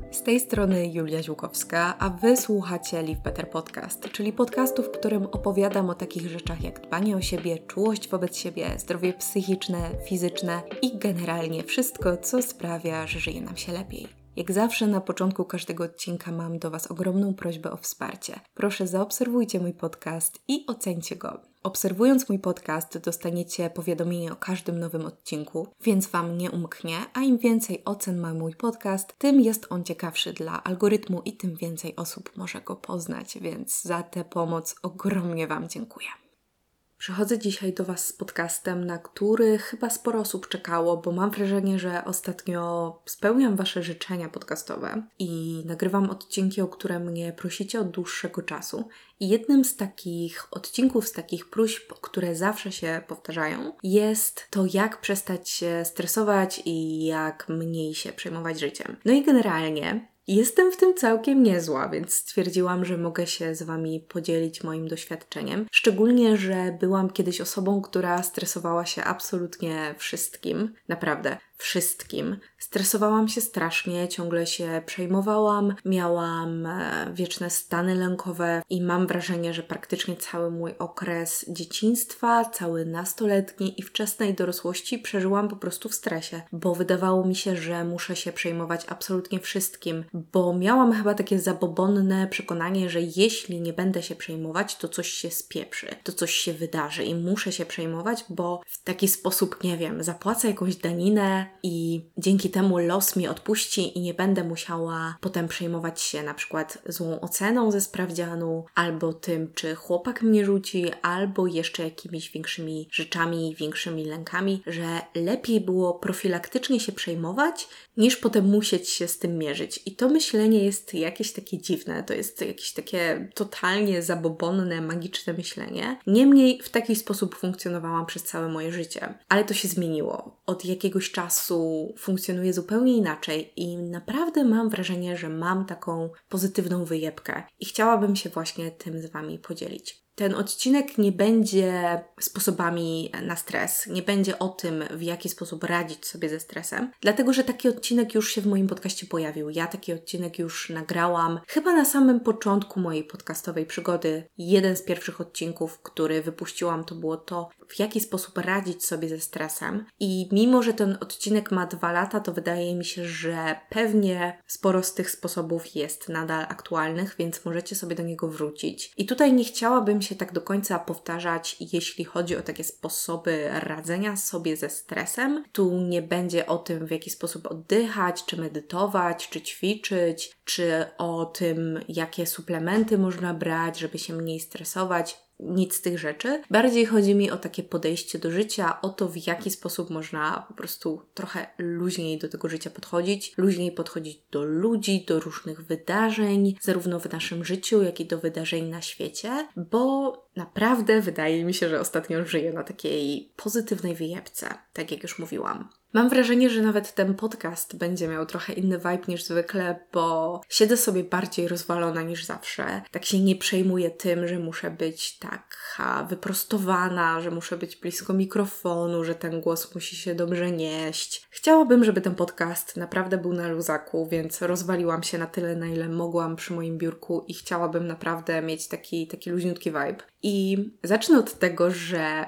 Z tej strony Julia Ziłkowska, a Wy słuchacie Live Better Podcast, czyli podcastu, w którym opowiadam o takich rzeczach jak dbanie o siebie, czułość wobec siebie, zdrowie psychiczne, fizyczne i generalnie wszystko, co sprawia, że żyje nam się lepiej. Jak zawsze na początku każdego odcinka mam do Was ogromną prośbę o wsparcie. Proszę zaobserwujcie mój podcast i oceńcie go. Obserwując mój podcast dostaniecie powiadomienie o każdym nowym odcinku, więc Wam nie umknie, a im więcej ocen ma mój podcast, tym jest on ciekawszy dla algorytmu i tym więcej osób może go poznać, więc za tę pomoc ogromnie Wam dziękuję. Przychodzę dzisiaj do Was z podcastem, na który chyba sporo osób czekało, bo mam wrażenie, że ostatnio spełniam Wasze życzenia podcastowe i nagrywam odcinki, o które mnie prosicie od dłuższego czasu. I jednym z takich odcinków, z takich próśb, które zawsze się powtarzają, jest to, jak przestać się stresować i jak mniej się przejmować życiem. No i generalnie jestem w tym całkiem niezła, więc stwierdziłam, że mogę się z Wami podzielić moim doświadczeniem. Szczególnie, że byłam kiedyś osobą, która stresowała się absolutnie wszystkim. Naprawdę, wszystkim. Stresowałam się strasznie, ciągle się przejmowałam, miałam wieczne stany lękowe i mam wrażenie, że praktycznie cały mój okres dzieciństwa, cały nastoletni i wczesnej dorosłości przeżyłam po prostu w stresie, bo wydawało mi się, że muszę się przejmować absolutnie wszystkim, bo miałam chyba takie zabobonne przekonanie, że jeśli nie będę się przejmować, to coś się spieprzy, to coś się wydarzy i muszę się przejmować, bo w taki sposób, nie wiem, zapłacę jakąś daninę i dzięki temu los mi odpuści i nie będę musiała potem przejmować się na przykład złą oceną ze sprawdzianu, albo tym, czy chłopak mnie rzuci, albo jeszcze jakimiś większymi rzeczami, większymi lękami, że lepiej było profilaktycznie się przejmować, niż potem musieć się z tym mierzyć. I to myślenie jest jakieś takie dziwne, to jest jakieś takie totalnie zabobonne, magiczne myślenie. Niemniej w taki sposób funkcjonowałam przez całe moje życie. Ale to się zmieniło. Od jakiegoś czasu funkcjonuję zupełnie inaczej i naprawdę mam wrażenie, że mam taką pozytywną wyjebkę i chciałabym się właśnie tym z Wami podzielić. Ten odcinek nie będzie sposobami na stres, nie będzie o tym, w jaki sposób radzić sobie ze stresem, dlatego, że taki odcinek już się w moim podcaście pojawił. Ja taki odcinek już nagrałam chyba na samym początku mojej podcastowej przygody. Jeden z pierwszych odcinków, który wypuściłam, to było to, w jaki sposób radzić sobie ze stresem. I mimo, że ten odcinek ma 2 lata, to wydaje mi się, że pewnie sporo z tych sposobów jest nadal aktualnych, więc możecie sobie do niego wrócić. I tutaj nie chciałabym się tak do końca powtarzać, jeśli chodzi o takie sposoby radzenia sobie ze stresem. Tu nie będzie o tym, w jaki sposób oddychać, czy medytować, czy ćwiczyć, czy o tym, jakie suplementy można brać, żeby się mniej stresować. Nic z tych rzeczy. Bardziej chodzi mi o takie podejście do życia, o to, w jaki sposób można po prostu trochę luźniej do tego życia podchodzić, luźniej podchodzić do ludzi, do różnych wydarzeń, zarówno w naszym życiu, jak i do wydarzeń na świecie, bo naprawdę wydaje mi się, że ostatnio żyję na takiej pozytywnej wyjebce, tak jak już mówiłam. Mam wrażenie, że nawet ten podcast będzie miał trochę inny vibe niż zwykle, bo siedzę sobie bardziej rozwalona niż zawsze. Tak się nie przejmuję tym, że muszę być taka wyprostowana, że muszę być blisko mikrofonu, że ten głos musi się dobrze nieść. Chciałabym, żeby ten podcast naprawdę był na luzaku, więc rozwaliłam się na tyle, na ile mogłam przy moim biurku i chciałabym naprawdę mieć taki luźniutki vibe. I zacznę od tego, że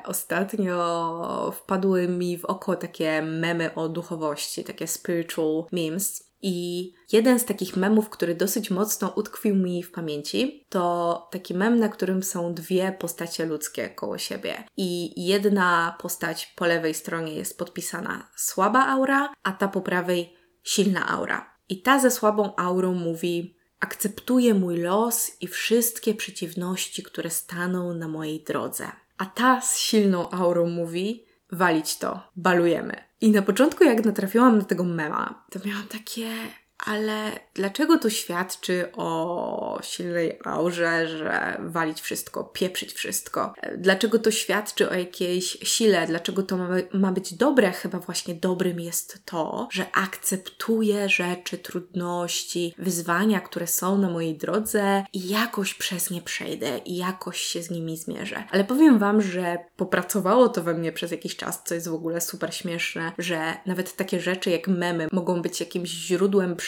ostatnio wpadły mi w oko takie memy o duchowości, takie spiritual memes. I jeden z takich memów, który dosyć mocno utkwił mi w pamięci, to taki mem, na którym są 2 postacie ludzkie koło siebie. I jedna postać po lewej stronie jest podpisana słaba aura, a ta po prawej silna aura. I ta ze słabą aurą mówi: akceptuję mój los i wszystkie przeciwności, które staną na mojej drodze. A ta z silną aurą mówi: walić to, balujemy. I na początku, jak natrafiłam na tego mema, to miałam takie: ale dlaczego to świadczy o silnej aurze, że walić wszystko, pieprzyć wszystko? Dlaczego to świadczy o jakiejś sile? Dlaczego to ma być dobre? Chyba właśnie dobrym jest to, że akceptuję rzeczy, trudności, wyzwania, które są na mojej drodze i jakoś przez nie przejdę i jakoś się z nimi zmierzę. Ale powiem Wam, że popracowało to we mnie przez jakiś czas, co jest w ogóle super śmieszne, że nawet takie rzeczy jak memy mogą być jakimś źródłem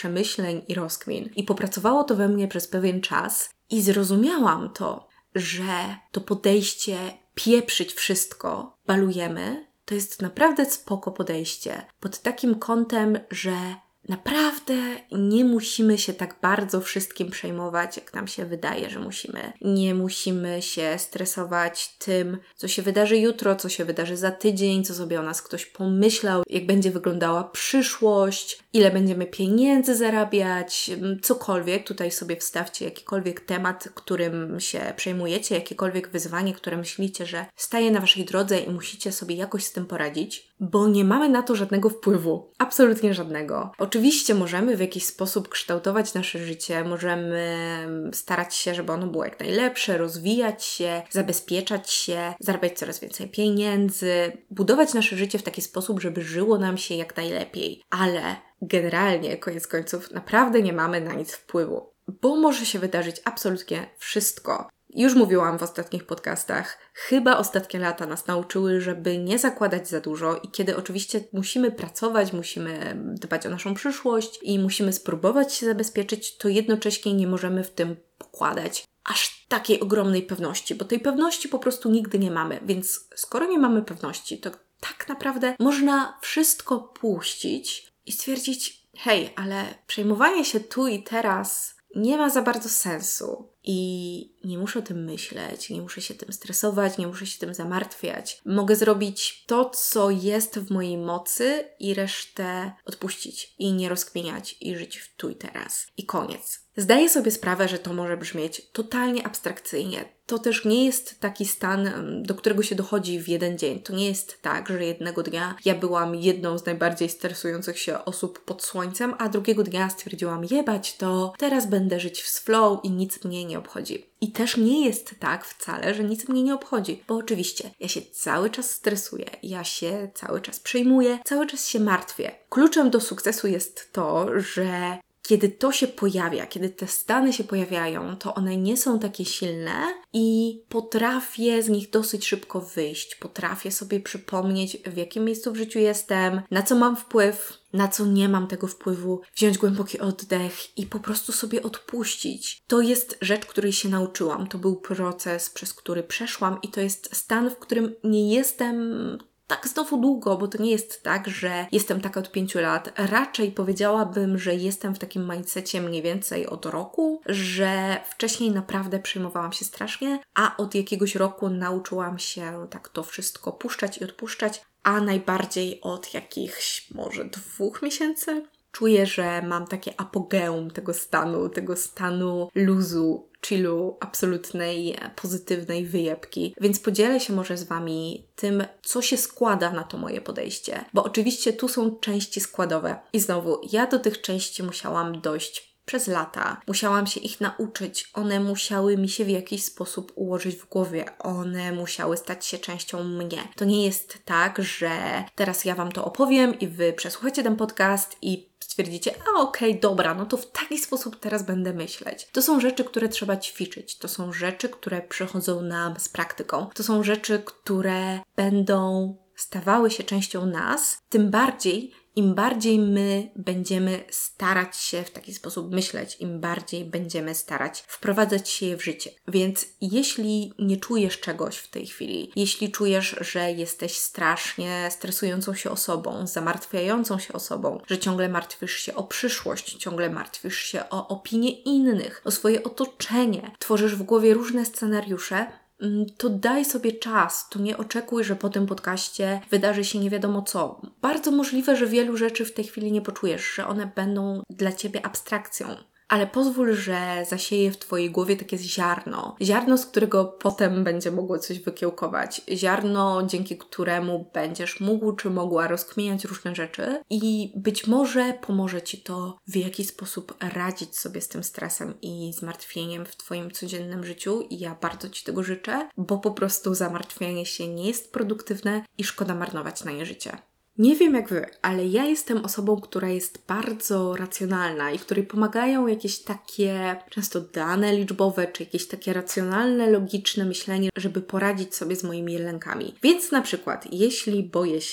przemyśleń i rozkmin. I popracowało to we mnie przez pewien czas i zrozumiałam to, że to podejście pieprzyć wszystko, balujemy, to jest naprawdę spoko podejście. Pod takim kątem, że naprawdę nie musimy się tak bardzo wszystkim przejmować, jak nam się wydaje, że musimy. Nie musimy się stresować tym, co się wydarzy jutro, co się wydarzy za tydzień, co sobie o nas ktoś pomyślał, jak będzie wyglądała przyszłość, ile będziemy pieniędzy zarabiać, cokolwiek. Tutaj sobie wstawcie jakikolwiek temat, którym się przejmujecie, jakiekolwiek wyzwanie, które myślicie, że staje na waszej drodze i musicie sobie jakoś z tym poradzić, bo nie mamy na to żadnego wpływu. Absolutnie żadnego. Oczywiście możemy w jakiś sposób kształtować nasze życie, możemy starać się, żeby ono było jak najlepsze, rozwijać się, zabezpieczać się, zarabiać coraz więcej pieniędzy, budować nasze życie w taki sposób, żeby żyło nam się jak najlepiej. Ale generalnie, koniec końców, naprawdę nie mamy na nic wpływu, bo może się wydarzyć absolutnie wszystko. Już mówiłam w ostatnich podcastach, chyba ostatnie lata nas nauczyły, żeby nie zakładać za dużo i kiedy oczywiście musimy pracować, musimy dbać o naszą przyszłość i musimy spróbować się zabezpieczyć, to jednocześnie nie możemy w tym pokładać aż takiej ogromnej pewności, bo tej pewności po prostu nigdy nie mamy, więc skoro nie mamy pewności, to tak naprawdę można wszystko puścić i stwierdzić, hej, ale przejmowanie się tu i teraz nie ma za bardzo sensu i nie muszę o tym myśleć, nie muszę się tym stresować, nie muszę się tym zamartwiać. Mogę zrobić to, co jest w mojej mocy i resztę odpuścić i nie rozkminiać i żyć w tu i teraz. I koniec. Zdaję sobie sprawę, że to może brzmieć totalnie abstrakcyjnie. To też nie jest taki stan, do którego się dochodzi w jeden dzień. To nie jest tak, że jednego dnia ja byłam jedną z najbardziej stresujących się osób pod słońcem, a drugiego dnia stwierdziłam, jebać to, teraz będę żyć w flow i nic mnie nie obchodzi. I też nie jest tak wcale, że nic mnie nie obchodzi, bo oczywiście ja się cały czas stresuję, ja się cały czas przejmuję, cały czas się martwię. Kluczem do sukcesu jest to, że kiedy to się pojawia, kiedy te stany się pojawiają, to one nie są takie silne i potrafię z nich dosyć szybko wyjść. Potrafię sobie przypomnieć, w jakim miejscu w życiu jestem, na co mam wpływ, na co nie mam tego wpływu, wziąć głęboki oddech i po prostu sobie odpuścić. To jest rzecz, której się nauczyłam. To był proces, przez który przeszłam i to jest stan, w którym nie jestem tak znowu długo, bo to nie jest tak, że jestem taka od 5 lat. Raczej powiedziałabym, że jestem w takim mindsetie mniej więcej od roku, że wcześniej naprawdę przejmowałam się strasznie, a od jakiegoś roku nauczyłam się tak to wszystko puszczać i odpuszczać, a najbardziej od jakichś może 2 miesięcy. Czuję, że mam takie apogeum tego stanu luzu, chillu, absolutnej, pozytywnej wyjebki. Więc podzielę się może z Wami tym, co się składa na to moje podejście. Bo oczywiście tu są części składowe. I znowu, ja do tych części musiałam dojść przez lata. Musiałam się ich nauczyć. One musiały mi się w jakiś sposób ułożyć w głowie. One musiały stać się częścią mnie. To nie jest tak, że teraz ja Wam to opowiem i Wy przesłuchacie ten podcast i stwierdzicie, okej, dobra, no to w taki sposób teraz będę myśleć. To są rzeczy, które trzeba ćwiczyć. To są rzeczy, które przychodzą nam z praktyką. To są rzeczy, które będą stawały się częścią nas, tym bardziej, im bardziej my będziemy starać się w taki sposób myśleć, im bardziej będziemy starać wprowadzać się je w życie. Więc jeśli nie czujesz czegoś w tej chwili, jeśli czujesz, że jesteś strasznie stresującą się osobą, zamartwiającą się osobą, że ciągle martwisz się o przyszłość, ciągle martwisz się o opinie innych, o swoje otoczenie, tworzysz w głowie różne scenariusze, to daj sobie czas, to nie oczekuj, że po tym podcaście wydarzy się nie wiadomo co. Bardzo możliwe, że wielu rzeczy w tej chwili nie poczujesz, że one będą dla Ciebie abstrakcją. Ale pozwól, że zasieje w Twojej głowie takie ziarno. Ziarno, z którego potem będzie mogło coś wykiełkować. Ziarno, dzięki któremu będziesz mógł czy mogła rozkminiać różne rzeczy i być może pomoże Ci to w jakiś sposób radzić sobie z tym stresem i zmartwieniem w Twoim codziennym życiu i ja bardzo Ci tego życzę, bo po prostu zamartwianie się nie jest produktywne i szkoda marnować na nie życie. Nie wiem jak Wy, ale ja jestem osobą, która jest bardzo racjonalna i której pomagają jakieś takie często dane liczbowe, czy jakieś takie racjonalne, logiczne myślenie, żeby poradzić sobie z moimi lękami. Więc na przykład, jeśli boję się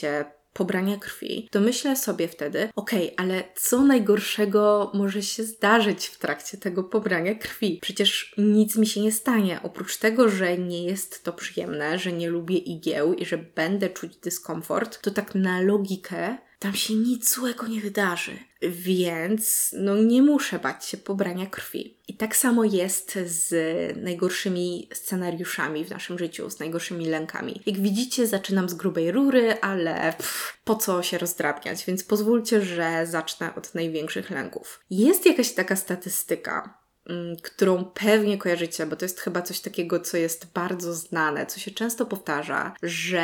pobrania krwi, to myślę sobie wtedy, ale co najgorszego może się zdarzyć w trakcie tego pobrania krwi? Przecież nic mi się nie stanie. Oprócz tego, że nie jest to przyjemne, że nie lubię igieł i że będę czuć dyskomfort, to tak na logikę tam się nic złego nie wydarzy. Więc nie muszę bać się pobrania krwi. I tak samo jest z najgorszymi scenariuszami w naszym życiu, z najgorszymi lękami. Jak widzicie, zaczynam z grubej rury, ale po co się rozdrabniać? Więc pozwólcie, że zacznę od największych lęków. Jest jakaś taka statystyka, którą pewnie kojarzycie, bo to jest chyba coś takiego, co jest bardzo znane, co się często powtarza, że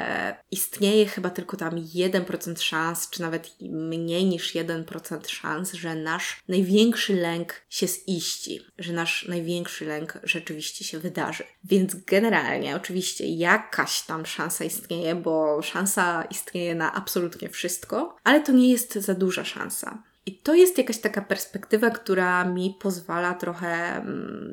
istnieje chyba tylko tam 1% szans, czy nawet mniej niż 1% szans, że nasz największy lęk się ziści, że nasz największy lęk rzeczywiście się wydarzy. Więc generalnie oczywiście jakaś tam szansa istnieje, bo szansa istnieje na absolutnie wszystko, ale to nie jest za duża szansa. I to jest jakaś taka perspektywa, która mi pozwala trochę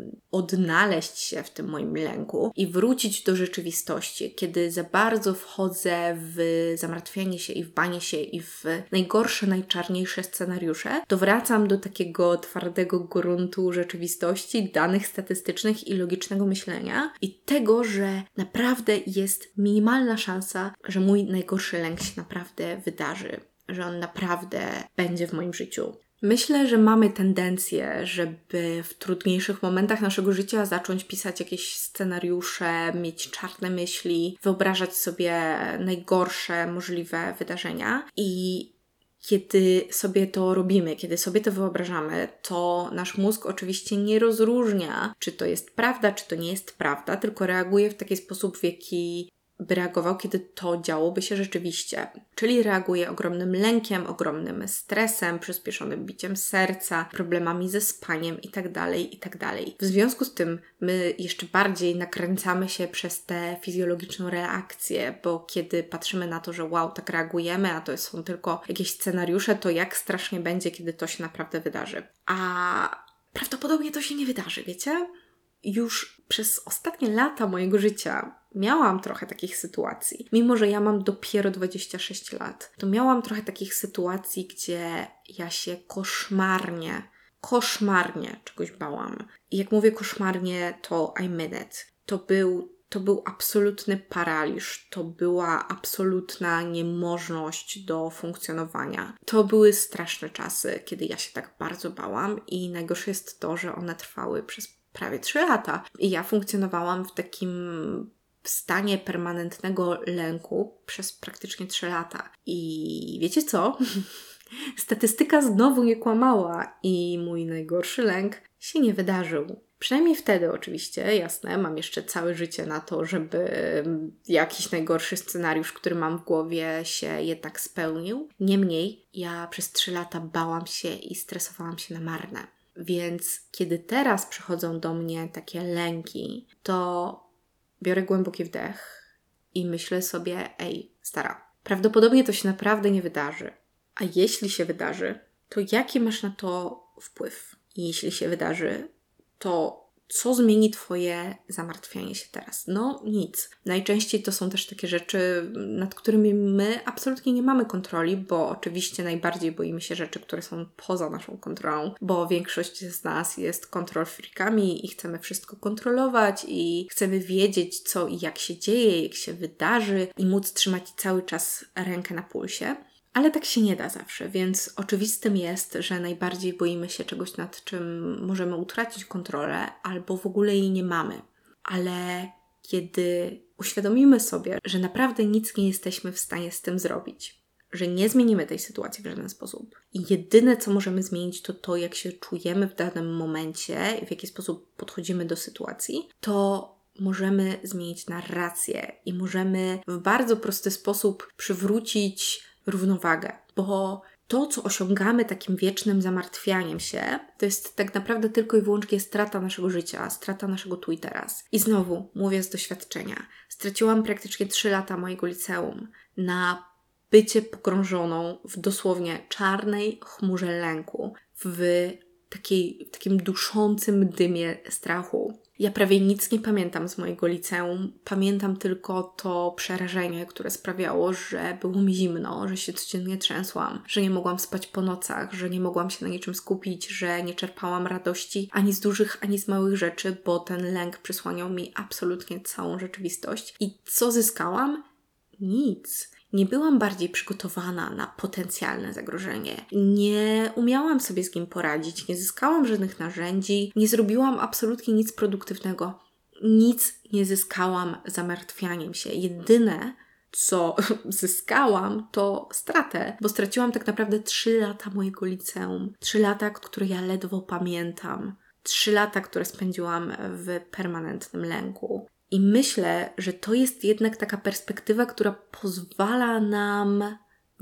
odnaleźć się w tym moim lęku i wrócić do rzeczywistości. Kiedy za bardzo wchodzę w zamartwianie się i w banie się i w najgorsze, najczarniejsze scenariusze, to wracam do takiego twardego gruntu rzeczywistości, danych statystycznych i logicznego myślenia i tego, że naprawdę jest minimalna szansa, że mój najgorszy lęk się naprawdę wydarzy, że on naprawdę będzie w moim życiu. Myślę, że mamy tendencję, żeby w trudniejszych momentach naszego życia zacząć pisać jakieś scenariusze, mieć czarne myśli, wyobrażać sobie najgorsze możliwe wydarzenia i kiedy sobie to robimy, kiedy sobie to wyobrażamy, to nasz mózg oczywiście nie rozróżnia, czy to jest prawda, czy to nie jest prawda, tylko reaguje w taki sposób, w jaki by reagował, kiedy to działoby się rzeczywiście. Czyli reaguje ogromnym lękiem, ogromnym stresem, przyspieszonym biciem serca, problemami ze spaniem itd., itd. W związku z tym my jeszcze bardziej nakręcamy się przez tę fizjologiczną reakcję, bo kiedy patrzymy na to, że wow, tak reagujemy, a to są tylko jakieś scenariusze, to jak strasznie będzie, kiedy to się naprawdę wydarzy. A prawdopodobnie to się nie wydarzy, wiecie? Już przez ostatnie lata mojego życia miałam trochę takich sytuacji. Mimo że ja mam dopiero 26 lat, to miałam trochę takich sytuacji, gdzie ja się koszmarnie czegoś bałam. I jak mówię koszmarnie, to I mean it. To był absolutny paraliż, to była absolutna niemożność do funkcjonowania. To były straszne czasy, kiedy ja się tak bardzo bałam i najgorsze jest to, że one trwały przez prawie 3 lata. I ja funkcjonowałam w takim stanie permanentnego lęku przez praktycznie 3 lata. I wiecie co? Statystyka znowu nie kłamała i mój najgorszy lęk się nie wydarzył. Przynajmniej wtedy oczywiście, jasne, mam jeszcze całe życie na to, żeby jakiś najgorszy scenariusz, który mam w głowie, się jednak spełnił. Niemniej ja przez 3 lata bałam się i stresowałam się na marne. Więc kiedy teraz przychodzą do mnie takie lęki, to biorę głęboki wdech i myślę sobie, stara, prawdopodobnie to się naprawdę nie wydarzy. A jeśli się wydarzy, to jaki masz na to wpływ? I jeśli się wydarzy, to co zmieni Twoje zamartwianie się teraz? No nic. Najczęściej to są też takie rzeczy, nad którymi my absolutnie nie mamy kontroli, bo oczywiście najbardziej boimy się rzeczy, które są poza naszą kontrolą, bo większość z nas jest control freakami i chcemy wszystko kontrolować i chcemy wiedzieć, co i jak się dzieje, jak się wydarzy i móc trzymać cały czas rękę na pulsie. Ale tak się nie da zawsze, więc oczywistym jest, że najbardziej boimy się czegoś, nad czym możemy utracić kontrolę albo w ogóle jej nie mamy. Ale kiedy uświadomimy sobie, że naprawdę nic nie jesteśmy w stanie z tym zrobić, że nie zmienimy tej sytuacji w żaden sposób i jedyne, co możemy zmienić, to to, jak się czujemy w danym momencie i w jaki sposób podchodzimy do sytuacji, to możemy zmienić narrację i możemy w bardzo prosty sposób przywrócić równowagę, bo to, co osiągamy takim wiecznym zamartwianiem się, to jest tak naprawdę tylko i wyłącznie strata naszego życia, strata naszego tu i teraz. I znowu, mówię z doświadczenia, straciłam praktycznie 3 lata mojego liceum na bycie pogrążoną w dosłownie czarnej chmurze lęku, w w takim duszącym dymie strachu. Ja prawie nic nie pamiętam z mojego liceum. Pamiętam tylko to przerażenie, które sprawiało, że było mi zimno, że się codziennie trzęsłam, że nie mogłam spać po nocach, że nie mogłam się na niczym skupić, że nie czerpałam radości ani z dużych, ani z małych rzeczy, bo ten lęk przysłaniał mi absolutnie całą rzeczywistość. I co zyskałam? Nic. Nie byłam bardziej przygotowana na potencjalne zagrożenie. Nie umiałam sobie z nim poradzić, nie zyskałam żadnych narzędzi, nie zrobiłam absolutnie nic produktywnego. Nic nie zyskałam zamartwianiem się. Jedyne, co zyskałam, to stratę, bo straciłam tak naprawdę 3 lata mojego liceum. 3 lata, które ja ledwo pamiętam. 3 lata, które spędziłam w permanentnym lęku. I myślę, że to jest jednak taka perspektywa, która pozwala nam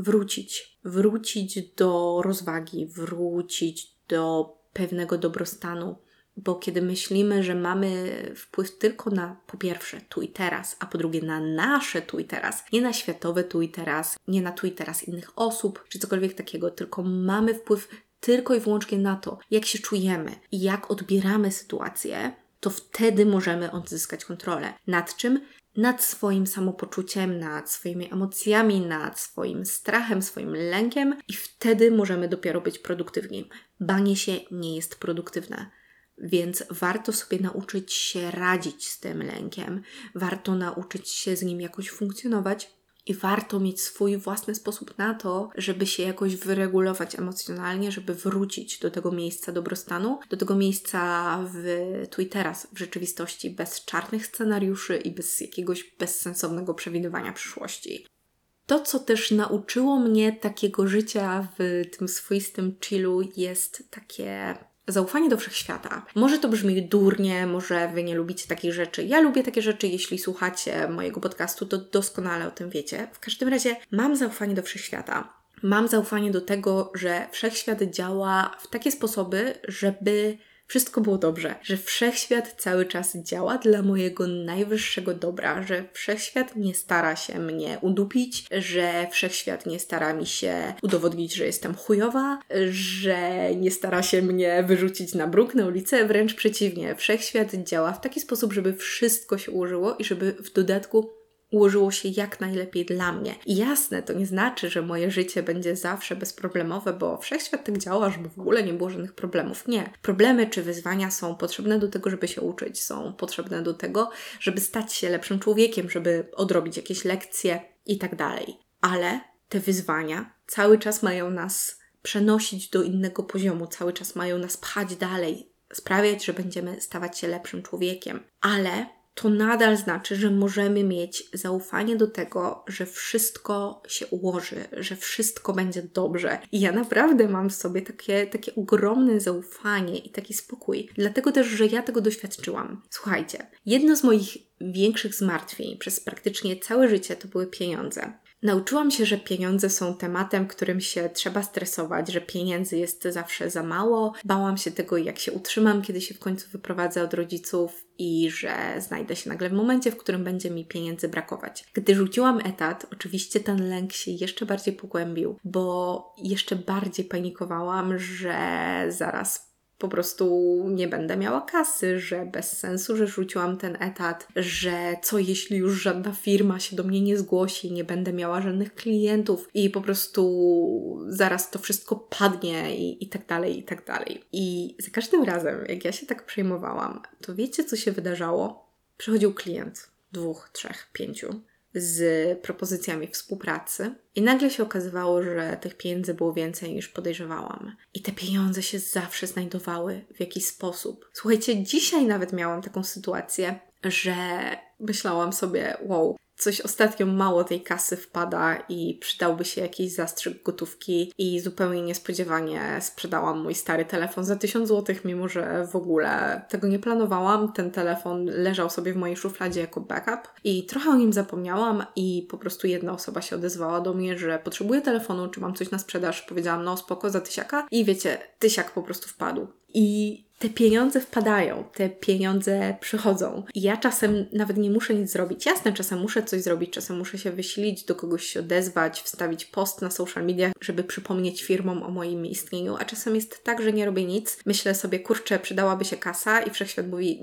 wrócić do rozwagi, wrócić do pewnego dobrostanu, bo kiedy myślimy, że mamy wpływ tylko na, po pierwsze, tu i teraz, a po drugie na nasze tu i teraz, nie na światowe tu i teraz, nie na tu i teraz innych osób, czy cokolwiek takiego, tylko mamy wpływ tylko i wyłącznie na to, jak się czujemy i jak odbieramy sytuację, to wtedy możemy odzyskać kontrolę. Nad czym? Nad swoim samopoczuciem, nad swoimi emocjami, nad swoim strachem, swoim lękiem i wtedy możemy dopiero być produktywni. Banie się nie jest produktywne, więc warto sobie nauczyć się radzić z tym lękiem, warto nauczyć się z nim jakoś funkcjonować i warto mieć swój własny sposób na to, żeby się jakoś wyregulować emocjonalnie, żeby wrócić do tego miejsca dobrostanu, do tego miejsca tu i teraz, w rzeczywistości, bez czarnych scenariuszy i bez jakiegoś bezsensownego przewidywania przyszłości. To, co też nauczyło mnie takiego życia w tym swoistym chillu, jest takie zaufanie do wszechświata. Może to brzmi durnie, może Wy nie lubicie takich rzeczy. Ja lubię takie rzeczy, jeśli słuchacie mojego podcastu, to doskonale o tym wiecie. W każdym razie mam zaufanie do wszechświata. Mam zaufanie do tego, że wszechświat działa w takie sposoby, żeby wszystko było dobrze, że wszechświat cały czas działa dla mojego najwyższego dobra, że wszechświat nie stara się mnie udupić, że wszechświat nie stara mi się udowodnić, że jestem chujowa, że nie stara się mnie wyrzucić na bruk, na ulicę, wręcz przeciwnie. Wszechświat działa w taki sposób, żeby wszystko się ułożyło i żeby w dodatku ułożyło się jak najlepiej dla mnie. I jasne, to nie znaczy, że moje życie będzie zawsze bezproblemowe, bo wszechświat tak działa, żeby w ogóle nie było żadnych problemów. Nie. Problemy czy wyzwania są potrzebne do tego, żeby się uczyć, są potrzebne do tego, żeby stać się lepszym człowiekiem, żeby odrobić jakieś lekcje i tak dalej. Ale te wyzwania cały czas mają nas przenosić do innego poziomu, cały czas mają nas pchać dalej, sprawiać, że będziemy stawać się lepszym człowiekiem. Ale to nadal znaczy, że możemy mieć zaufanie do tego, że wszystko się ułoży, że wszystko będzie dobrze. I ja naprawdę mam w sobie takie ogromne zaufanie i taki spokój. Dlatego też, że ja tego doświadczyłam. Słuchajcie, jedno z moich większych zmartwień przez praktycznie całe życie to były pieniądze. Nauczyłam się, że pieniądze są tematem, którym się trzeba stresować, że pieniędzy jest zawsze za mało. Bałam się tego, jak się utrzymam, kiedy się w końcu wyprowadzę od rodziców i że znajdę się nagle w momencie, w którym będzie mi pieniędzy brakować. Gdy rzuciłam etat, oczywiście ten lęk się jeszcze bardziej pogłębił, bo jeszcze bardziej panikowałam, że zaraz po prostu nie będę miała kasy, że bez sensu, że rzuciłam ten etat, że co jeśli już żadna firma się do mnie nie zgłosi, nie będę miała żadnych klientów i po prostu zaraz to wszystko padnie i tak dalej, i tak dalej. I za każdym razem, jak ja się tak przejmowałam, to wiecie, co się wydarzało? Przychodził klient, 2, 3, 5 z propozycjami współpracy i nagle się okazywało, że tych pieniędzy było więcej niż podejrzewałam. I te pieniądze się zawsze znajdowały w jakiś sposób. Słuchajcie, dzisiaj nawet miałam taką sytuację, że myślałam sobie, wow, coś ostatnio mało tej kasy wpada i przydałby się jakiś zastrzyk gotówki i zupełnie niespodziewanie sprzedałam mój stary telefon za 1000 zł, mimo że w ogóle tego nie planowałam. Ten telefon leżał sobie w mojej szufladzie jako backup i trochę o nim zapomniałam i po prostu jedna osoba się odezwała do mnie, że potrzebuje telefonu, czy mam coś na sprzedaż. Powiedziałam, no spoko, za 1000 i wiecie, 1000 po prostu wpadł. I te pieniądze wpadają, te pieniądze przychodzą. I ja czasem nawet nie muszę nic zrobić. Jasne, czasem muszę coś zrobić, czasem muszę się wysilić, do kogoś się odezwać, wstawić post na social mediach, żeby przypomnieć firmom o moim istnieniu. A czasem jest tak, że nie robię nic. Myślę sobie, kurczę, przydałaby się kasa i wszechświat mówi,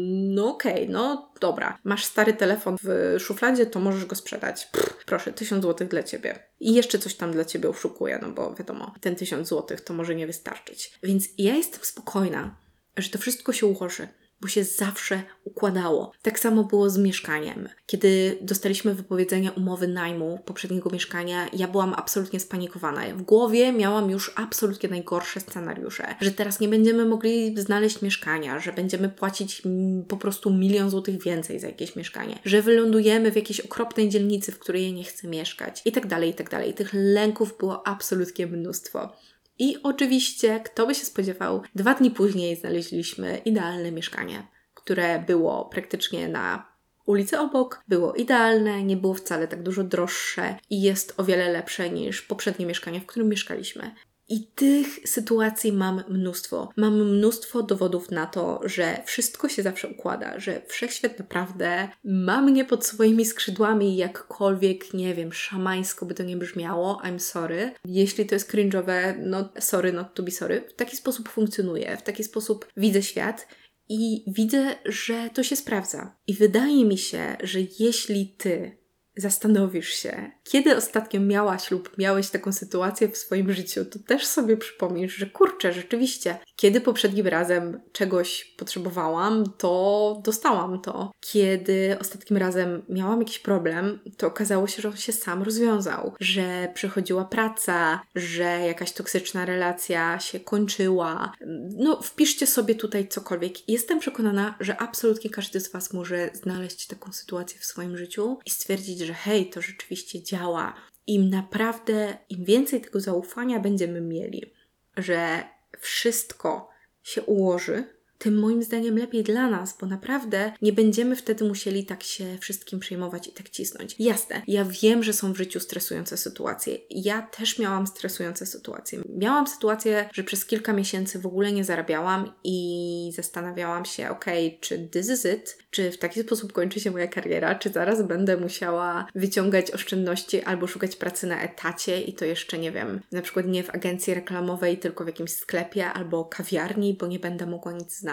no okej, no dobra. Masz stary telefon w szufladzie, to możesz go sprzedać. Proszę, 1000 zł dla Ciebie. I jeszcze coś tam dla Ciebie oszukuję, no bo wiadomo, ten 1000 zł to może nie wystarczyć. Więc ja jestem spokojna, że to wszystko się ułoży, bo się zawsze układało. Tak samo było z mieszkaniem. Kiedy dostaliśmy wypowiedzenie umowy najmu poprzedniego mieszkania, ja byłam absolutnie spanikowana. W głowie miałam już absolutnie najgorsze scenariusze, że teraz nie będziemy mogli znaleźć mieszkania, że będziemy płacić po prostu 1 000 000 złotych więcej za jakieś mieszkanie, że wylądujemy w jakiejś okropnej dzielnicy, w której ja nie chcę mieszkać i tak dalej, i tak dalej. Tych lęków było absolutnie mnóstwo. I oczywiście, kto by się spodziewał, 2 dni później znaleźliśmy idealne mieszkanie, które było praktycznie na ulicy obok, było idealne, nie było wcale tak dużo droższe i jest o wiele lepsze niż poprzednie mieszkanie, w którym mieszkaliśmy. I tych sytuacji mam mnóstwo. Mam mnóstwo dowodów na to, że wszystko się zawsze układa, że wszechświat naprawdę ma mnie pod swoimi skrzydłami, jakkolwiek, nie wiem, szamańsko by to nie brzmiało, I'm sorry. Jeśli to jest cringe'owe, no sorry, not to be sorry. W taki sposób funkcjonuję, w taki sposób widzę świat i widzę, że to się sprawdza. I wydaje mi się, że jeśli Ty zastanowisz się, kiedy ostatnio miałaś lub miałeś taką sytuację w swoim życiu, to też sobie przypomnisz, że kurczę, rzeczywiście, kiedy poprzednim razem czegoś potrzebowałam, to dostałam to. Kiedy ostatnim razem miałam jakiś problem, to okazało się, że on się sam rozwiązał, że przychodziła praca, że jakaś toksyczna relacja się kończyła. No, wpiszcie sobie tutaj cokolwiek. Jestem przekonana, że absolutnie każdy z Was może znaleźć taką sytuację w swoim życiu i stwierdzić, że hej, to rzeczywiście działa. Im naprawdę, im więcej tego zaufania będziemy mieli, że wszystko się ułoży, tym moim zdaniem lepiej dla nas, bo naprawdę nie będziemy wtedy musieli tak się wszystkim przejmować i tak cisnąć. Jasne, ja wiem, że są w życiu stresujące sytuacje. Ja też miałam stresujące sytuacje. Miałam sytuację, że przez kilka miesięcy w ogóle nie zarabiałam i zastanawiałam się, czy this is it? Czy w taki sposób kończy się moja kariera? Czy zaraz będę musiała wyciągać oszczędności albo szukać pracy na etacie i to jeszcze, nie wiem, na przykład nie w agencji reklamowej, tylko w jakimś sklepie albo kawiarni, bo nie będę mogła nic znaleźć.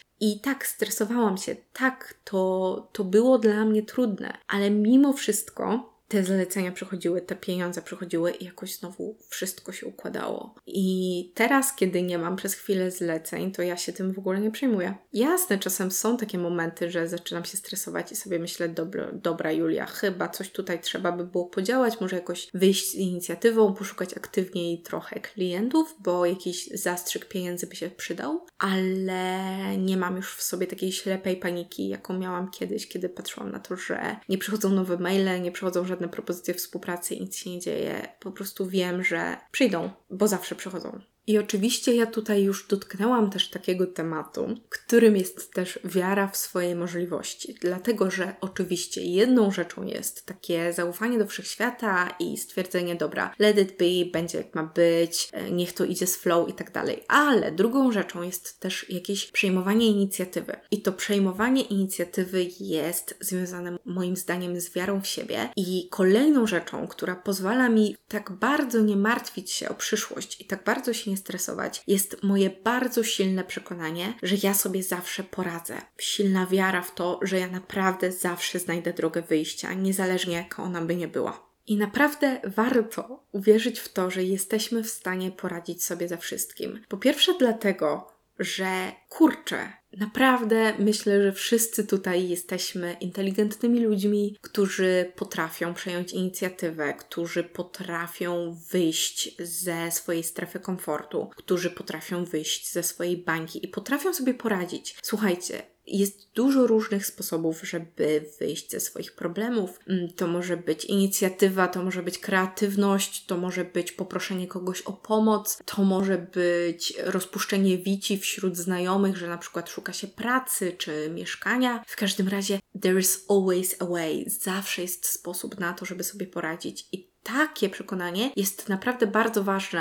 I tak, stresowałam się. Tak, to było dla mnie trudne. Ale mimo wszystko te zlecenia przychodziły, te pieniądze przychodziły i jakoś znowu wszystko się układało. I teraz, kiedy nie mam przez chwilę zleceń, to ja się tym w ogóle nie przejmuję. Jasne, czasem są takie momenty, że zaczynam się stresować i sobie myślę, dobra Julia, chyba coś tutaj trzeba by było podziałać, może jakoś wyjść z inicjatywą, poszukać aktywniej trochę klientów, bo jakiś zastrzyk pieniędzy by się przydał, ale nie mam już w sobie takiej ślepej paniki, jaką miałam kiedyś, kiedy patrzyłam na to, że nie przychodzą nowe maile, nie przychodzą żadne propozycje współpracy i nic się nie dzieje. Po prostu wiem, że przyjdą, bo zawsze przychodzą. I oczywiście ja tutaj już dotknęłam też takiego tematu, którym jest też wiara w swoje możliwości. Dlatego, że oczywiście jedną rzeczą jest takie zaufanie do wszechświata i stwierdzenie, dobra, let it be, będzie jak ma być, niech to idzie z flow i tak dalej. Ale drugą rzeczą jest też jakieś przejmowanie inicjatywy. I to przejmowanie inicjatywy jest związane moim zdaniem z wiarą w siebie. I kolejną rzeczą, która pozwala mi tak bardzo nie martwić się o przyszłość i tak bardzo się nie stresować, jest moje bardzo silne przekonanie, że ja sobie zawsze poradzę. Silna wiara w to, że ja naprawdę zawsze znajdę drogę wyjścia, niezależnie jaka ona by nie była. I naprawdę warto uwierzyć w to, że jesteśmy w stanie poradzić sobie ze wszystkim. Po pierwsze dlatego, że kurczę, naprawdę myślę, że wszyscy tutaj jesteśmy inteligentnymi ludźmi, którzy potrafią przejąć inicjatywę, którzy potrafią wyjść ze swojej strefy komfortu, którzy potrafią wyjść ze swojej bańki i potrafią sobie poradzić. Słuchajcie, jest dużo różnych sposobów, żeby wyjść ze swoich problemów. To może być inicjatywa, to może być kreatywność, to może być poproszenie kogoś o pomoc, to może być rozpuszczenie wici wśród znajomych, że na przykład szuka się pracy czy mieszkania. W każdym razie there is always a way. Zawsze jest sposób na to, żeby sobie poradzić. I takie przekonanie jest naprawdę bardzo ważne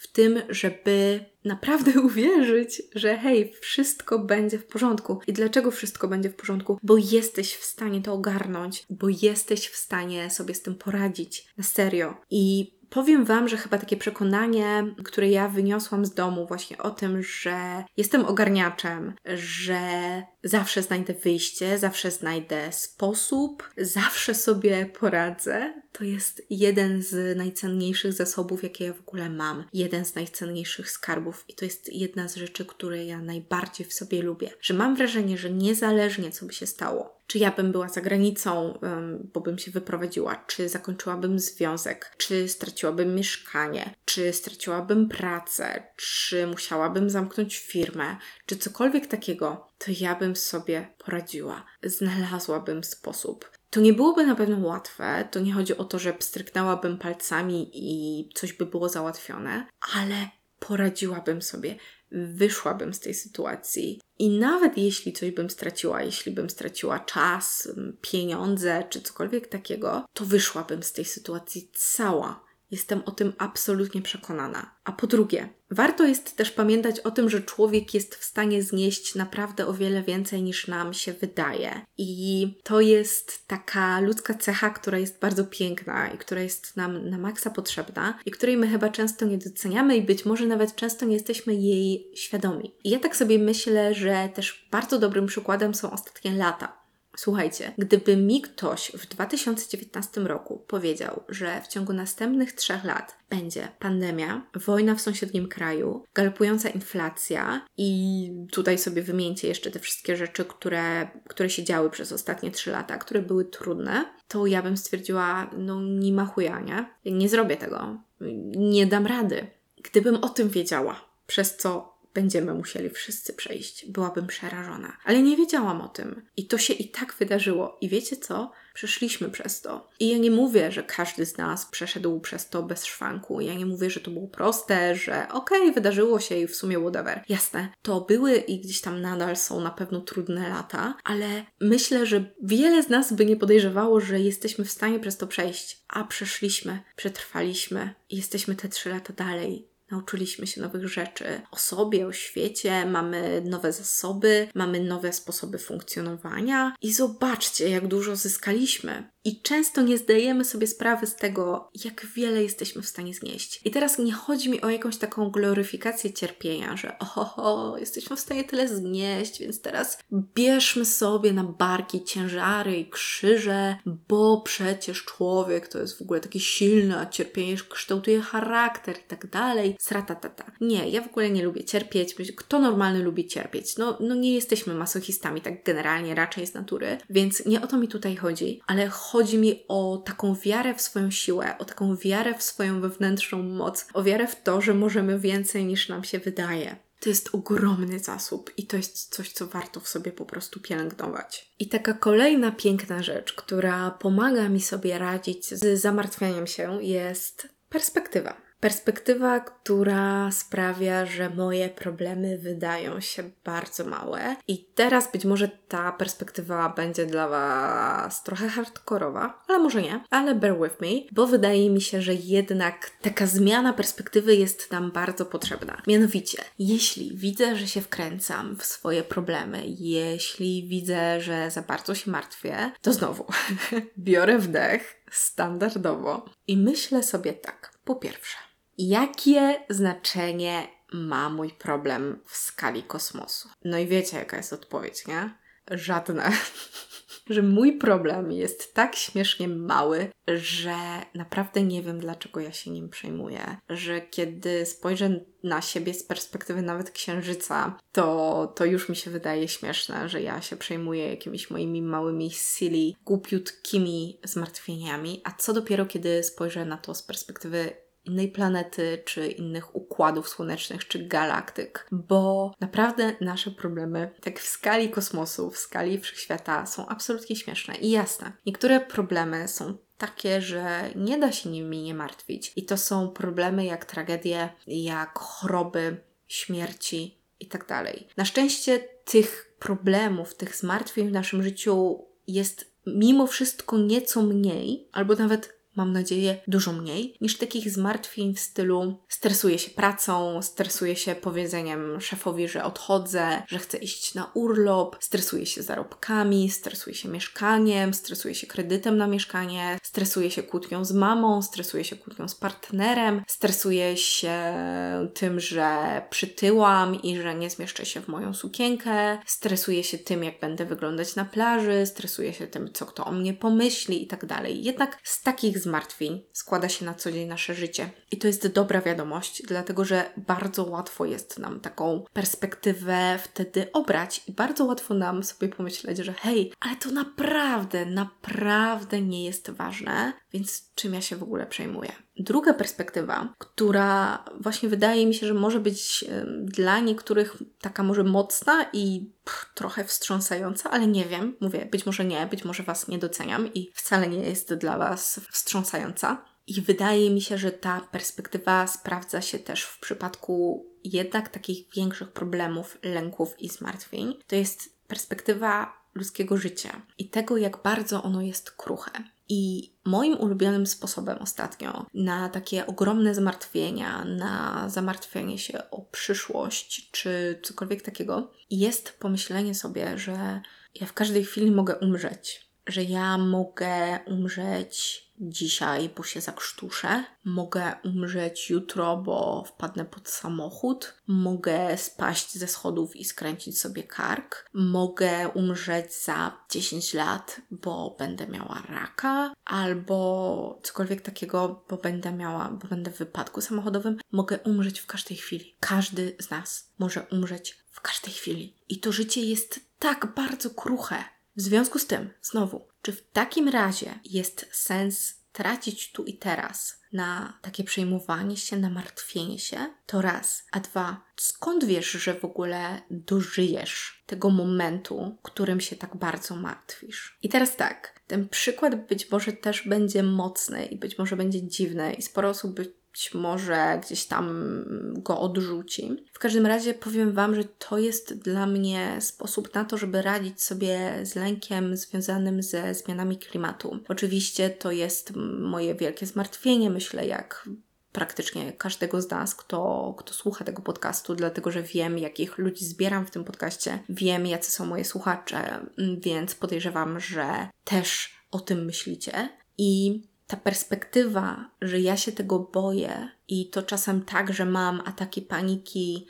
w tym, żeby naprawdę uwierzyć, że hej, wszystko będzie w porządku. I dlaczego wszystko będzie w porządku? Bo jesteś w stanie to ogarnąć, bo jesteś w stanie sobie z tym poradzić. Na serio. I powiem Wam, że chyba takie przekonanie, które ja wyniosłam z domu właśnie o tym, że jestem ogarniaczem, że zawsze znajdę wyjście, zawsze znajdę sposób, zawsze sobie poradzę, to jest jeden z najcenniejszych zasobów, jakie ja w ogóle mam. Jeden z najcenniejszych skarbów i to jest jedna z rzeczy, które ja najbardziej w sobie lubię. Że mam wrażenie, że niezależnie co by się stało, czy ja bym była za granicą, bo bym się wyprowadziła, czy zakończyłabym związek, czy straciłabym mieszkanie, czy straciłabym pracę, czy musiałabym zamknąć firmę, czy cokolwiek takiego, to ja bym sobie poradziła. Znalazłabym sposób. To nie byłoby na pewno łatwe, to nie chodzi o to, że pstryknęłabym palcami i coś by było załatwione, ale poradziłabym sobie, wyszłabym z tej sytuacji. I nawet jeśli coś bym straciła, jeśli bym straciła czas, pieniądze czy cokolwiek takiego, to wyszłabym z tej sytuacji cała. Jestem o tym absolutnie przekonana. A po drugie, warto jest też pamiętać o tym, że człowiek jest w stanie znieść naprawdę o wiele więcej niż nam się wydaje. I to jest taka ludzka cecha, która jest bardzo piękna i która jest nam na maksa potrzebna i której my chyba często nie doceniamy i być może nawet często nie jesteśmy jej świadomi. I ja tak sobie myślę, że też bardzo dobrym przykładem są ostatnie lata. Słuchajcie, gdyby mi ktoś w 2019 roku powiedział, że w ciągu następnych 3 lat będzie pandemia, wojna w sąsiednim kraju, galopująca inflacja i tutaj sobie wymieńcie jeszcze te wszystkie rzeczy, które się działy przez ostatnie 3 lata, które były trudne, to ja bym stwierdziła, no nie ma chuja, nie? Nie zrobię tego. Nie dam rady. Gdybym o tym wiedziała, przez co będziemy musieli wszyscy przejść. Byłabym przerażona. Ale nie wiedziałam o tym. I to się i tak wydarzyło. I wiecie co? Przeszliśmy przez to. I ja nie mówię, że każdy z nas przeszedł przez to bez szwanku. Ja nie mówię, że to było proste, że okej, wydarzyło się i w sumie whatever. Jasne, to były i gdzieś tam nadal są na pewno trudne lata, ale myślę, że wiele z nas by nie podejrzewało, że jesteśmy w stanie przez to przejść. A przeszliśmy, przetrwaliśmy i jesteśmy te 3 lata dalej. Nauczyliśmy się nowych rzeczy o sobie, o świecie, mamy nowe zasoby, mamy nowe sposoby funkcjonowania i zobaczcie, jak dużo zyskaliśmy. I często nie zdajemy sobie sprawy z tego, jak wiele jesteśmy w stanie znieść. I teraz nie chodzi mi o jakąś taką gloryfikację cierpienia, że jesteśmy w stanie tyle znieść, więc teraz bierzmy sobie na barki ciężary i krzyże, bo przecież człowiek to jest w ogóle taki silny, a cierpienie kształtuje charakter i tak dalej. Sratatata. Nie, ja w ogóle nie lubię cierpieć. Kto normalny lubi cierpieć? No nie jesteśmy masochistami, tak generalnie raczej z natury, więc nie o to mi tutaj chodzi, ale chodzi mi o taką wiarę w swoją siłę, o taką wiarę w swoją wewnętrzną moc, o wiarę w to, że możemy więcej niż nam się wydaje. To jest ogromny zasób i to jest coś, co warto w sobie po prostu pielęgnować. I taka kolejna piękna rzecz, która pomaga mi sobie radzić z zamartwianiem się, jest perspektywa. Perspektywa, która sprawia, że moje problemy wydają się bardzo małe. I teraz być może ta perspektywa będzie dla Was trochę hardkorowa, ale może nie, ale bear with me, bo wydaje mi się, że jednak taka zmiana perspektywy jest nam bardzo potrzebna. Mianowicie, jeśli widzę, że się wkręcam w swoje problemy, jeśli widzę, że za bardzo się martwię, to znowu biorę wdech standardowo i myślę sobie tak. Po pierwsze, jakie znaczenie ma mój problem w skali kosmosu? No i wiecie, jaka jest odpowiedź, nie? Żadne. Że mój problem jest tak śmiesznie mały, że naprawdę nie wiem, dlaczego ja się nim przejmuję. Że kiedy spojrzę na siebie z perspektywy nawet księżyca, to już mi się wydaje śmieszne, że ja się przejmuję jakimiś moimi małymi, silly, głupiutkimi zmartwieniami. A co dopiero, kiedy spojrzę na to z perspektywy innej planety, czy innych układów słonecznych, czy galaktyk, bo naprawdę nasze problemy, tak w skali kosmosu, w skali wszechświata, są absolutnie śmieszne i jasne. Niektóre problemy są takie, że nie da się nimi nie martwić i to są problemy jak tragedie, jak choroby, śmierci i tak dalej. Na szczęście tych problemów, tych zmartwień w naszym życiu jest mimo wszystko nieco mniej, albo nawet mam nadzieję, dużo mniej niż takich zmartwień w stylu stresuję się pracą, stresuję się powiedzeniem szefowi, że odchodzę, że chcę iść na urlop, stresuję się zarobkami, stresuję się mieszkaniem, stresuję się kredytem na mieszkanie, stresuję się kłótnią z mamą, stresuję się kłótnią z partnerem, stresuję się tym, że przytyłam i że nie zmieszczę się w moją sukienkę, stresuję się tym, jak będę wyglądać na plaży, stresuję się tym, co kto o mnie pomyśli i tak dalej. Jednak z takich zmartwień składa się na co dzień nasze życie. I to jest dobra wiadomość, dlatego że bardzo łatwo jest nam taką perspektywę wtedy obrać i bardzo łatwo nam sobie pomyśleć, że hej, ale to naprawdę nie jest ważne, więc czym ja się w ogóle przejmuję? Druga perspektywa, która właśnie wydaje mi się, że może być dla niektórych taka może mocna i trochę wstrząsająca, ale nie wiem, mówię, być może nie, być może Was nie doceniam i wcale nie jest dla Was wstrząsająca. I wydaje mi się, że ta perspektywa sprawdza się też w przypadku jednak takich większych problemów, lęków i zmartwień. To jest perspektywa ludzkiego życia i tego, jak bardzo ono jest kruche. I moim ulubionym sposobem ostatnio na takie ogromne zmartwienia, na zamartwienie się o przyszłość czy cokolwiek takiego, jest pomyślenie sobie, że ja w każdej chwili mogę umrzeć. Że ja mogę umrzeć dzisiaj, bo się zakrztuszę, mogę umrzeć jutro, bo wpadnę pod samochód, mogę spaść ze schodów i skręcić sobie kark, mogę umrzeć za 10 lat, bo będę miała raka, albo cokolwiek takiego, bo będę w wypadku samochodowym. Mogę umrzeć w każdej chwili. Każdy z nas może umrzeć w każdej chwili. I to życie jest tak bardzo kruche. W związku z tym, znowu, czy w takim razie jest sens tracić tu i teraz na takie przejmowanie się, na martwienie się? To raz. A dwa, skąd wiesz, że w ogóle dożyjesz tego momentu, którym się tak bardzo martwisz? I teraz tak, ten przykład być może też będzie mocny i być może będzie dziwny i sporo osób być może gdzieś tam go odrzuci. W każdym razie powiem Wam, że to jest dla mnie sposób na to, żeby radzić sobie z lękiem związanym ze zmianami klimatu. Oczywiście to jest moje wielkie zmartwienie, myślę, jak praktycznie każdego z nas, kto słucha tego podcastu, dlatego że wiem, jakich ludzi zbieram w tym podcaście, wiem, jacy są moje słuchacze, więc podejrzewam, że też o tym myślicie. I ta perspektywa, że ja się tego boję i to czasem tak, że mam ataki paniki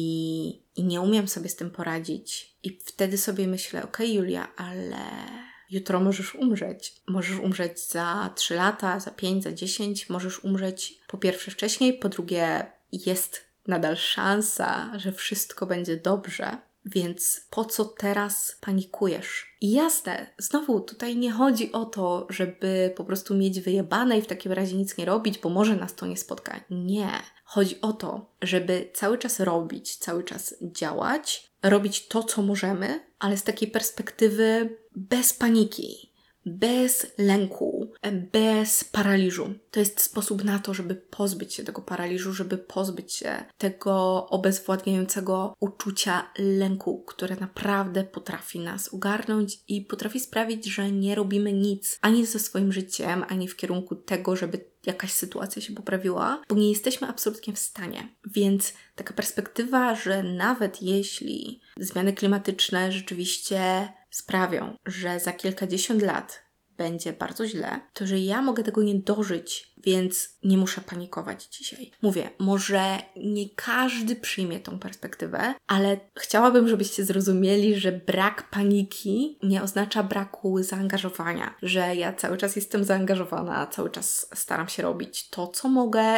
i nie umiem sobie z tym poradzić i wtedy sobie myślę, okej, Julia, ale jutro możesz umrzeć. Możesz umrzeć za 3 lata, za 5, za 10. Możesz umrzeć po pierwsze wcześniej, po drugie jest nadal szansa, że wszystko będzie dobrze. Więc po co teraz panikujesz? I jasne, znowu tutaj nie chodzi o to, żeby po prostu mieć wyjebane i w takim razie nic nie robić, bo może nas to nie spotka. Nie. Chodzi o to, żeby cały czas robić, cały czas działać, robić to, co możemy, ale z takiej perspektywy bez paniki, bez lęku, bez paraliżu. To jest sposób na to, żeby pozbyć się tego paraliżu, żeby pozbyć się tego obezwładniającego uczucia lęku, które naprawdę potrafi nas ogarnąć i potrafi sprawić, że nie robimy nic ani ze swoim życiem, ani w kierunku tego, żeby jakaś sytuacja się poprawiła, bo nie jesteśmy absolutnie w stanie. Więc taka perspektywa, że nawet jeśli zmiany klimatyczne rzeczywiście sprawią, że za kilkadziesiąt lat będzie bardzo źle, to że ja mogę tego nie dożyć, więc nie muszę panikować dzisiaj. Mówię, może nie każdy przyjmie tą perspektywę, ale chciałabym, żebyście zrozumieli, że brak paniki nie oznacza braku zaangażowania, że ja cały czas jestem zaangażowana, cały czas staram się robić to, co mogę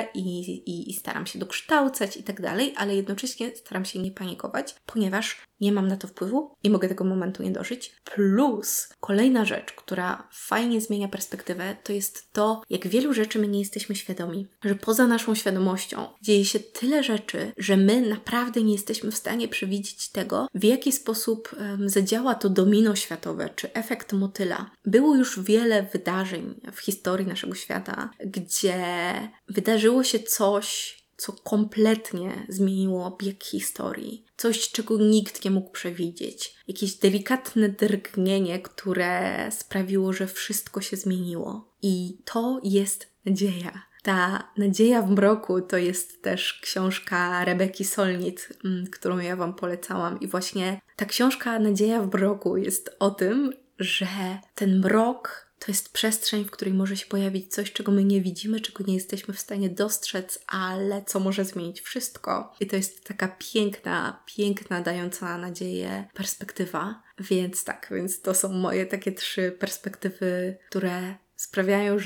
i staram się dokształcać i tak dalej, ale jednocześnie staram się nie panikować, ponieważ nie mam na to wpływu i mogę tego momentu nie dożyć. Plus kolejna rzecz, która fajnie zmienia perspektywę, to jest to, jak wielu rzeczy my nie jesteśmy świadomi. Że poza naszą świadomością dzieje się tyle rzeczy, że my naprawdę nie jesteśmy w stanie przewidzieć tego, w jaki sposób zadziała to domino światowe, czy efekt motyla. Było już wiele wydarzeń w historii naszego świata, gdzie wydarzyło się coś, co kompletnie zmieniło bieg historii. Coś, czego nikt nie mógł przewidzieć. Jakieś delikatne drgnienie, które sprawiło, że wszystko się zmieniło. I to jest nadzieja. Ta Nadzieja w mroku to jest też książka Rebeki Solnit, którą ja Wam polecałam. I właśnie ta książka Nadzieja w mroku jest o tym, że ten mrok to jest przestrzeń, w której może się pojawić coś, czego my nie widzimy, czego nie jesteśmy w stanie dostrzec, ale co może zmienić wszystko. I to jest taka piękna, dająca nadzieję perspektywa. Więc to są moje takie 3 perspektywy, które sprawiają,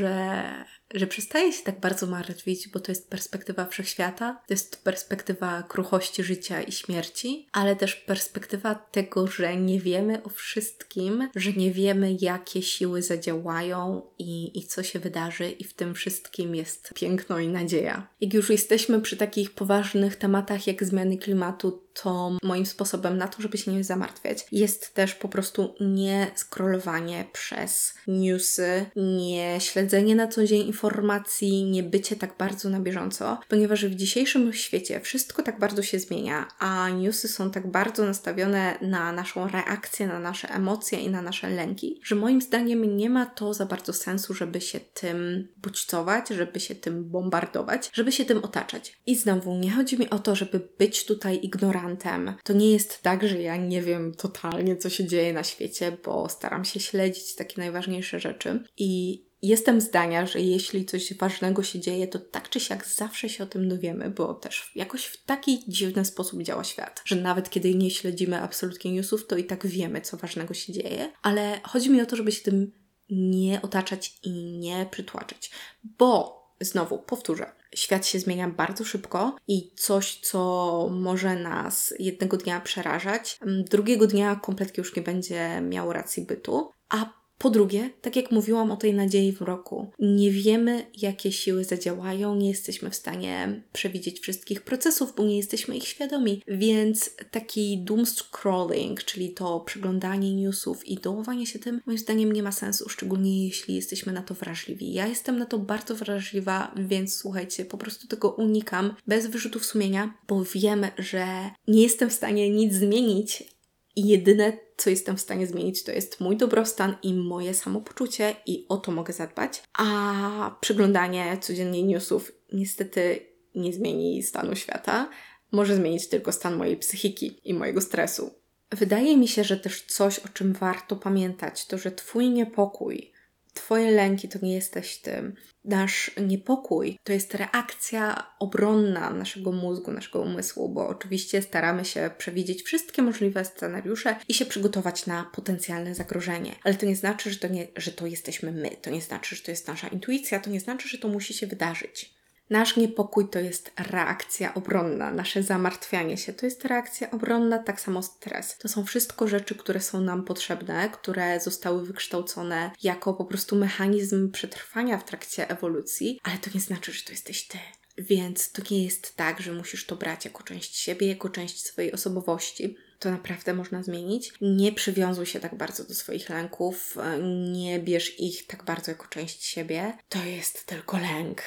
że przestaję się tak bardzo martwić, bo to jest perspektywa wszechświata, to jest perspektywa kruchości życia i śmierci, ale też perspektywa tego, że nie wiemy o wszystkim, że nie wiemy, jakie siły zadziałają i co się wydarzy, i w tym wszystkim jest piękno i nadzieja. Jak już jesteśmy przy takich poważnych tematach jak zmiany klimatu, to moim sposobem na to, żeby się nie zamartwiać, jest też po prostu nie scrollowanie przez newsy, nie śledzenie na co dzień informacji, nie bycie tak bardzo na bieżąco, ponieważ w dzisiejszym świecie wszystko tak bardzo się zmienia, a newsy są tak bardzo nastawione na naszą reakcję, na nasze emocje i na nasze lęki, że moim zdaniem nie ma to za bardzo sensu, żeby się tym bodźcować, żeby się tym bombardować, żeby się tym otaczać. I znowu, nie chodzi mi o to, żeby być tutaj ignorantem. To nie jest tak, że ja nie wiem totalnie, co się dzieje na świecie, bo staram się śledzić takie najważniejsze rzeczy i jestem zdania, że jeśli coś ważnego się dzieje, to tak czy siak zawsze się o tym dowiemy, bo też jakoś w taki dziwny sposób działa świat, że nawet kiedy nie śledzimy absolutnie newsów, to i tak wiemy, co ważnego się dzieje, ale chodzi mi o to, żeby się tym nie otaczać i nie przytłaczać, bo znowu, powtórzę, świat się zmienia bardzo szybko i coś, co może nas jednego dnia przerażać, drugiego dnia kompletnie już nie będzie miało racji bytu, a po drugie, tak jak mówiłam o tej nadziei w mroku, nie wiemy, jakie siły zadziałają, nie jesteśmy w stanie przewidzieć wszystkich procesów, bo nie jesteśmy ich świadomi, więc taki doom scrolling, czyli to przeglądanie newsów i dołowanie się tym, moim zdaniem nie ma sensu, szczególnie jeśli jesteśmy na to wrażliwi. Ja jestem na to bardzo wrażliwa, więc słuchajcie, po prostu tego unikam bez wyrzutów sumienia, bo wiem, że nie jestem w stanie nic zmienić, i jedyne, co jestem w stanie zmienić, to jest mój dobrostan i moje samopoczucie i o to mogę zadbać. A przeglądanie codziennie newsów niestety nie zmieni stanu świata. Może zmienić tylko stan mojej psychiki i mojego stresu. Wydaje mi się, że też coś, o czym warto pamiętać, to że Twój niepokój, Twoje lęki to nie jesteś Ty. Nasz niepokój to jest reakcja obronna naszego mózgu, naszego umysłu, bo oczywiście staramy się przewidzieć wszystkie możliwe scenariusze i się przygotować na potencjalne zagrożenie. Ale to nie znaczy, że to jesteśmy my. To nie znaczy, że to jest nasza intuicja. To nie znaczy, że to musi się wydarzyć. Nasz niepokój to jest reakcja obronna, nasze zamartwianie się to jest reakcja obronna, tak samo stres. To są wszystko rzeczy, które są nam potrzebne, które zostały wykształcone jako po prostu mechanizm przetrwania w trakcie ewolucji, ale to nie znaczy, że to jesteś Ty. Więc to nie jest tak, że musisz to brać jako część siebie, jako część swojej osobowości. To naprawdę można zmienić. Nie przywiązuj się tak bardzo do swoich lęków, nie bierz ich tak bardzo jako część siebie. To jest tylko lęk.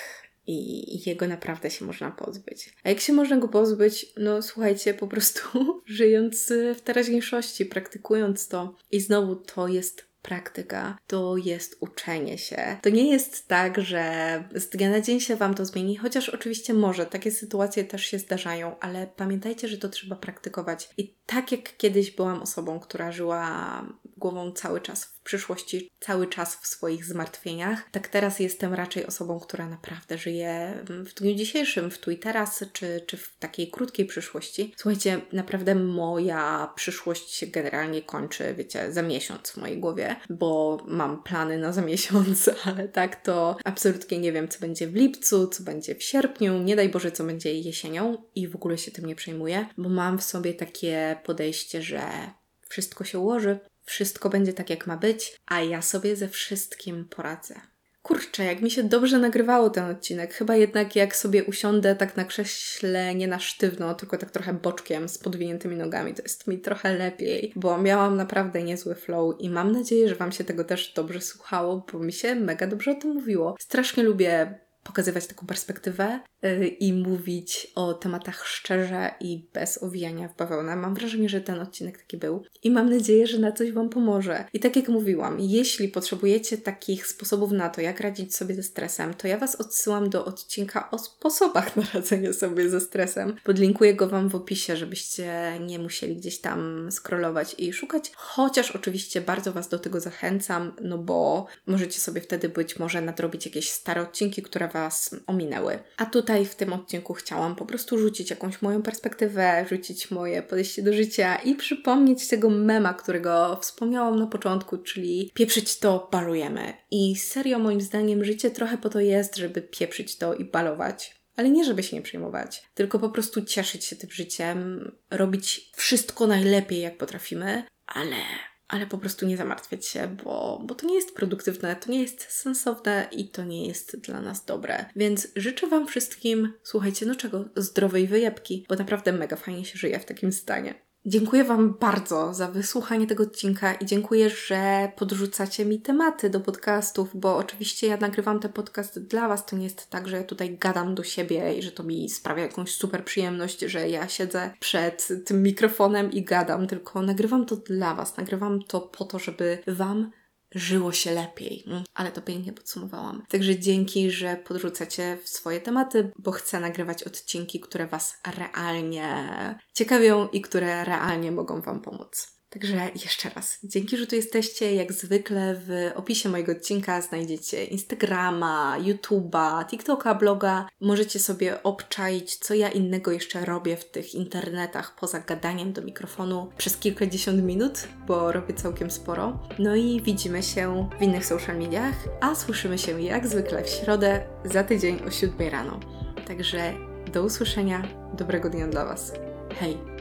I jego naprawdę się można pozbyć. A jak się można go pozbyć? No słuchajcie, po prostu żyjąc w teraźniejszości, praktykując to. I znowu to jest praktyka, to jest uczenie się. To nie jest tak, że z dnia na dzień się Wam to zmieni, chociaż oczywiście może, takie sytuacje też się zdarzają, ale pamiętajcie, że to trzeba praktykować. I tak jak kiedyś byłam osobą, która żyła głową cały czas w przyszłości, cały czas w swoich zmartwieniach, tak teraz jestem raczej osobą, która naprawdę żyje w dniu dzisiejszym, w tu i teraz, czy w takiej krótkiej przyszłości. Słuchajcie, naprawdę moja przyszłość się generalnie kończy, wiecie, za miesiąc w mojej głowie, bo mam plany na za miesiąc, ale tak to absolutnie nie wiem, co będzie w lipcu, co będzie w sierpniu, nie daj Boże, co będzie jesienią i w ogóle się tym nie przejmuję, bo mam w sobie takie podejście, że wszystko się ułoży, wszystko będzie tak, jak ma być, a ja sobie ze wszystkim poradzę. Kurczę, jak mi się dobrze nagrywało ten odcinek. Chyba jednak jak sobie usiądę tak na krześle, nie na sztywno, tylko tak trochę boczkiem, z podwiniętymi nogami, to jest mi trochę lepiej, bo miałam naprawdę niezły flow i mam nadzieję, że Wam się tego też dobrze słuchało, bo mi się mega dobrze o tym mówiło. Strasznie lubię pokazywać taką perspektywę i mówić o tematach szczerze i bez owijania w bawełnę. Mam wrażenie, że ten odcinek taki był i mam nadzieję, że na coś Wam pomoże. I tak jak mówiłam, jeśli potrzebujecie takich sposobów na to, jak radzić sobie ze stresem, to ja Was odsyłam do odcinka o sposobach na radzenie sobie ze stresem. Podlinkuję go Wam w opisie, żebyście nie musieli gdzieś tam scrollować i szukać, chociaż oczywiście bardzo Was do tego zachęcam, no bo możecie sobie wtedy być może nadrobić jakieś stare odcinki, które Was ominęły. A tutaj w tym odcinku chciałam po prostu rzucić jakąś moją perspektywę, rzucić moje podejście do życia i przypomnieć tego mema, którego wspomniałam na początku, czyli pieprzyć to, balujemy. I serio moim zdaniem życie trochę po to jest, żeby pieprzyć to i balować. Ale nie żeby się nie przejmować, tylko po prostu cieszyć się tym życiem, robić wszystko najlepiej jak potrafimy, ale po prostu nie zamartwiać się, bo to nie jest produktywne, to nie jest sensowne i to nie jest dla nas dobre. Więc życzę Wam wszystkim, słuchajcie, no czego? Zdrowej wyjebki, bo naprawdę mega fajnie się żyje w takim stanie. Dziękuję Wam bardzo za wysłuchanie tego odcinka i dziękuję, że podrzucacie mi tematy do podcastów, bo oczywiście ja nagrywam ten podcast dla Was. To nie jest tak, że ja tutaj gadam do siebie i że to mi sprawia jakąś super przyjemność, że ja siedzę przed tym mikrofonem i gadam, tylko nagrywam to dla Was. Nagrywam to po to, żeby Wam żyło się lepiej. Ale to pięknie podsumowałam. Także dzięki, że podrzucacie w swoje tematy, bo chcę nagrywać odcinki, które Was realnie ciekawią i które realnie mogą Wam pomóc. Także jeszcze raz, dzięki, że tu jesteście. Jak zwykle w opisie mojego odcinka znajdziecie Instagrama, YouTube'a, TikToka, bloga. Możecie sobie obczaić, co ja innego jeszcze robię w tych internetach poza gadaniem do mikrofonu przez kilkadziesiąt minut, bo robię całkiem sporo. No i widzimy się w innych social mediach, a słyszymy się jak zwykle w środę za tydzień o 7 rano. Także do usłyszenia, dobrego dnia dla Was. Hej!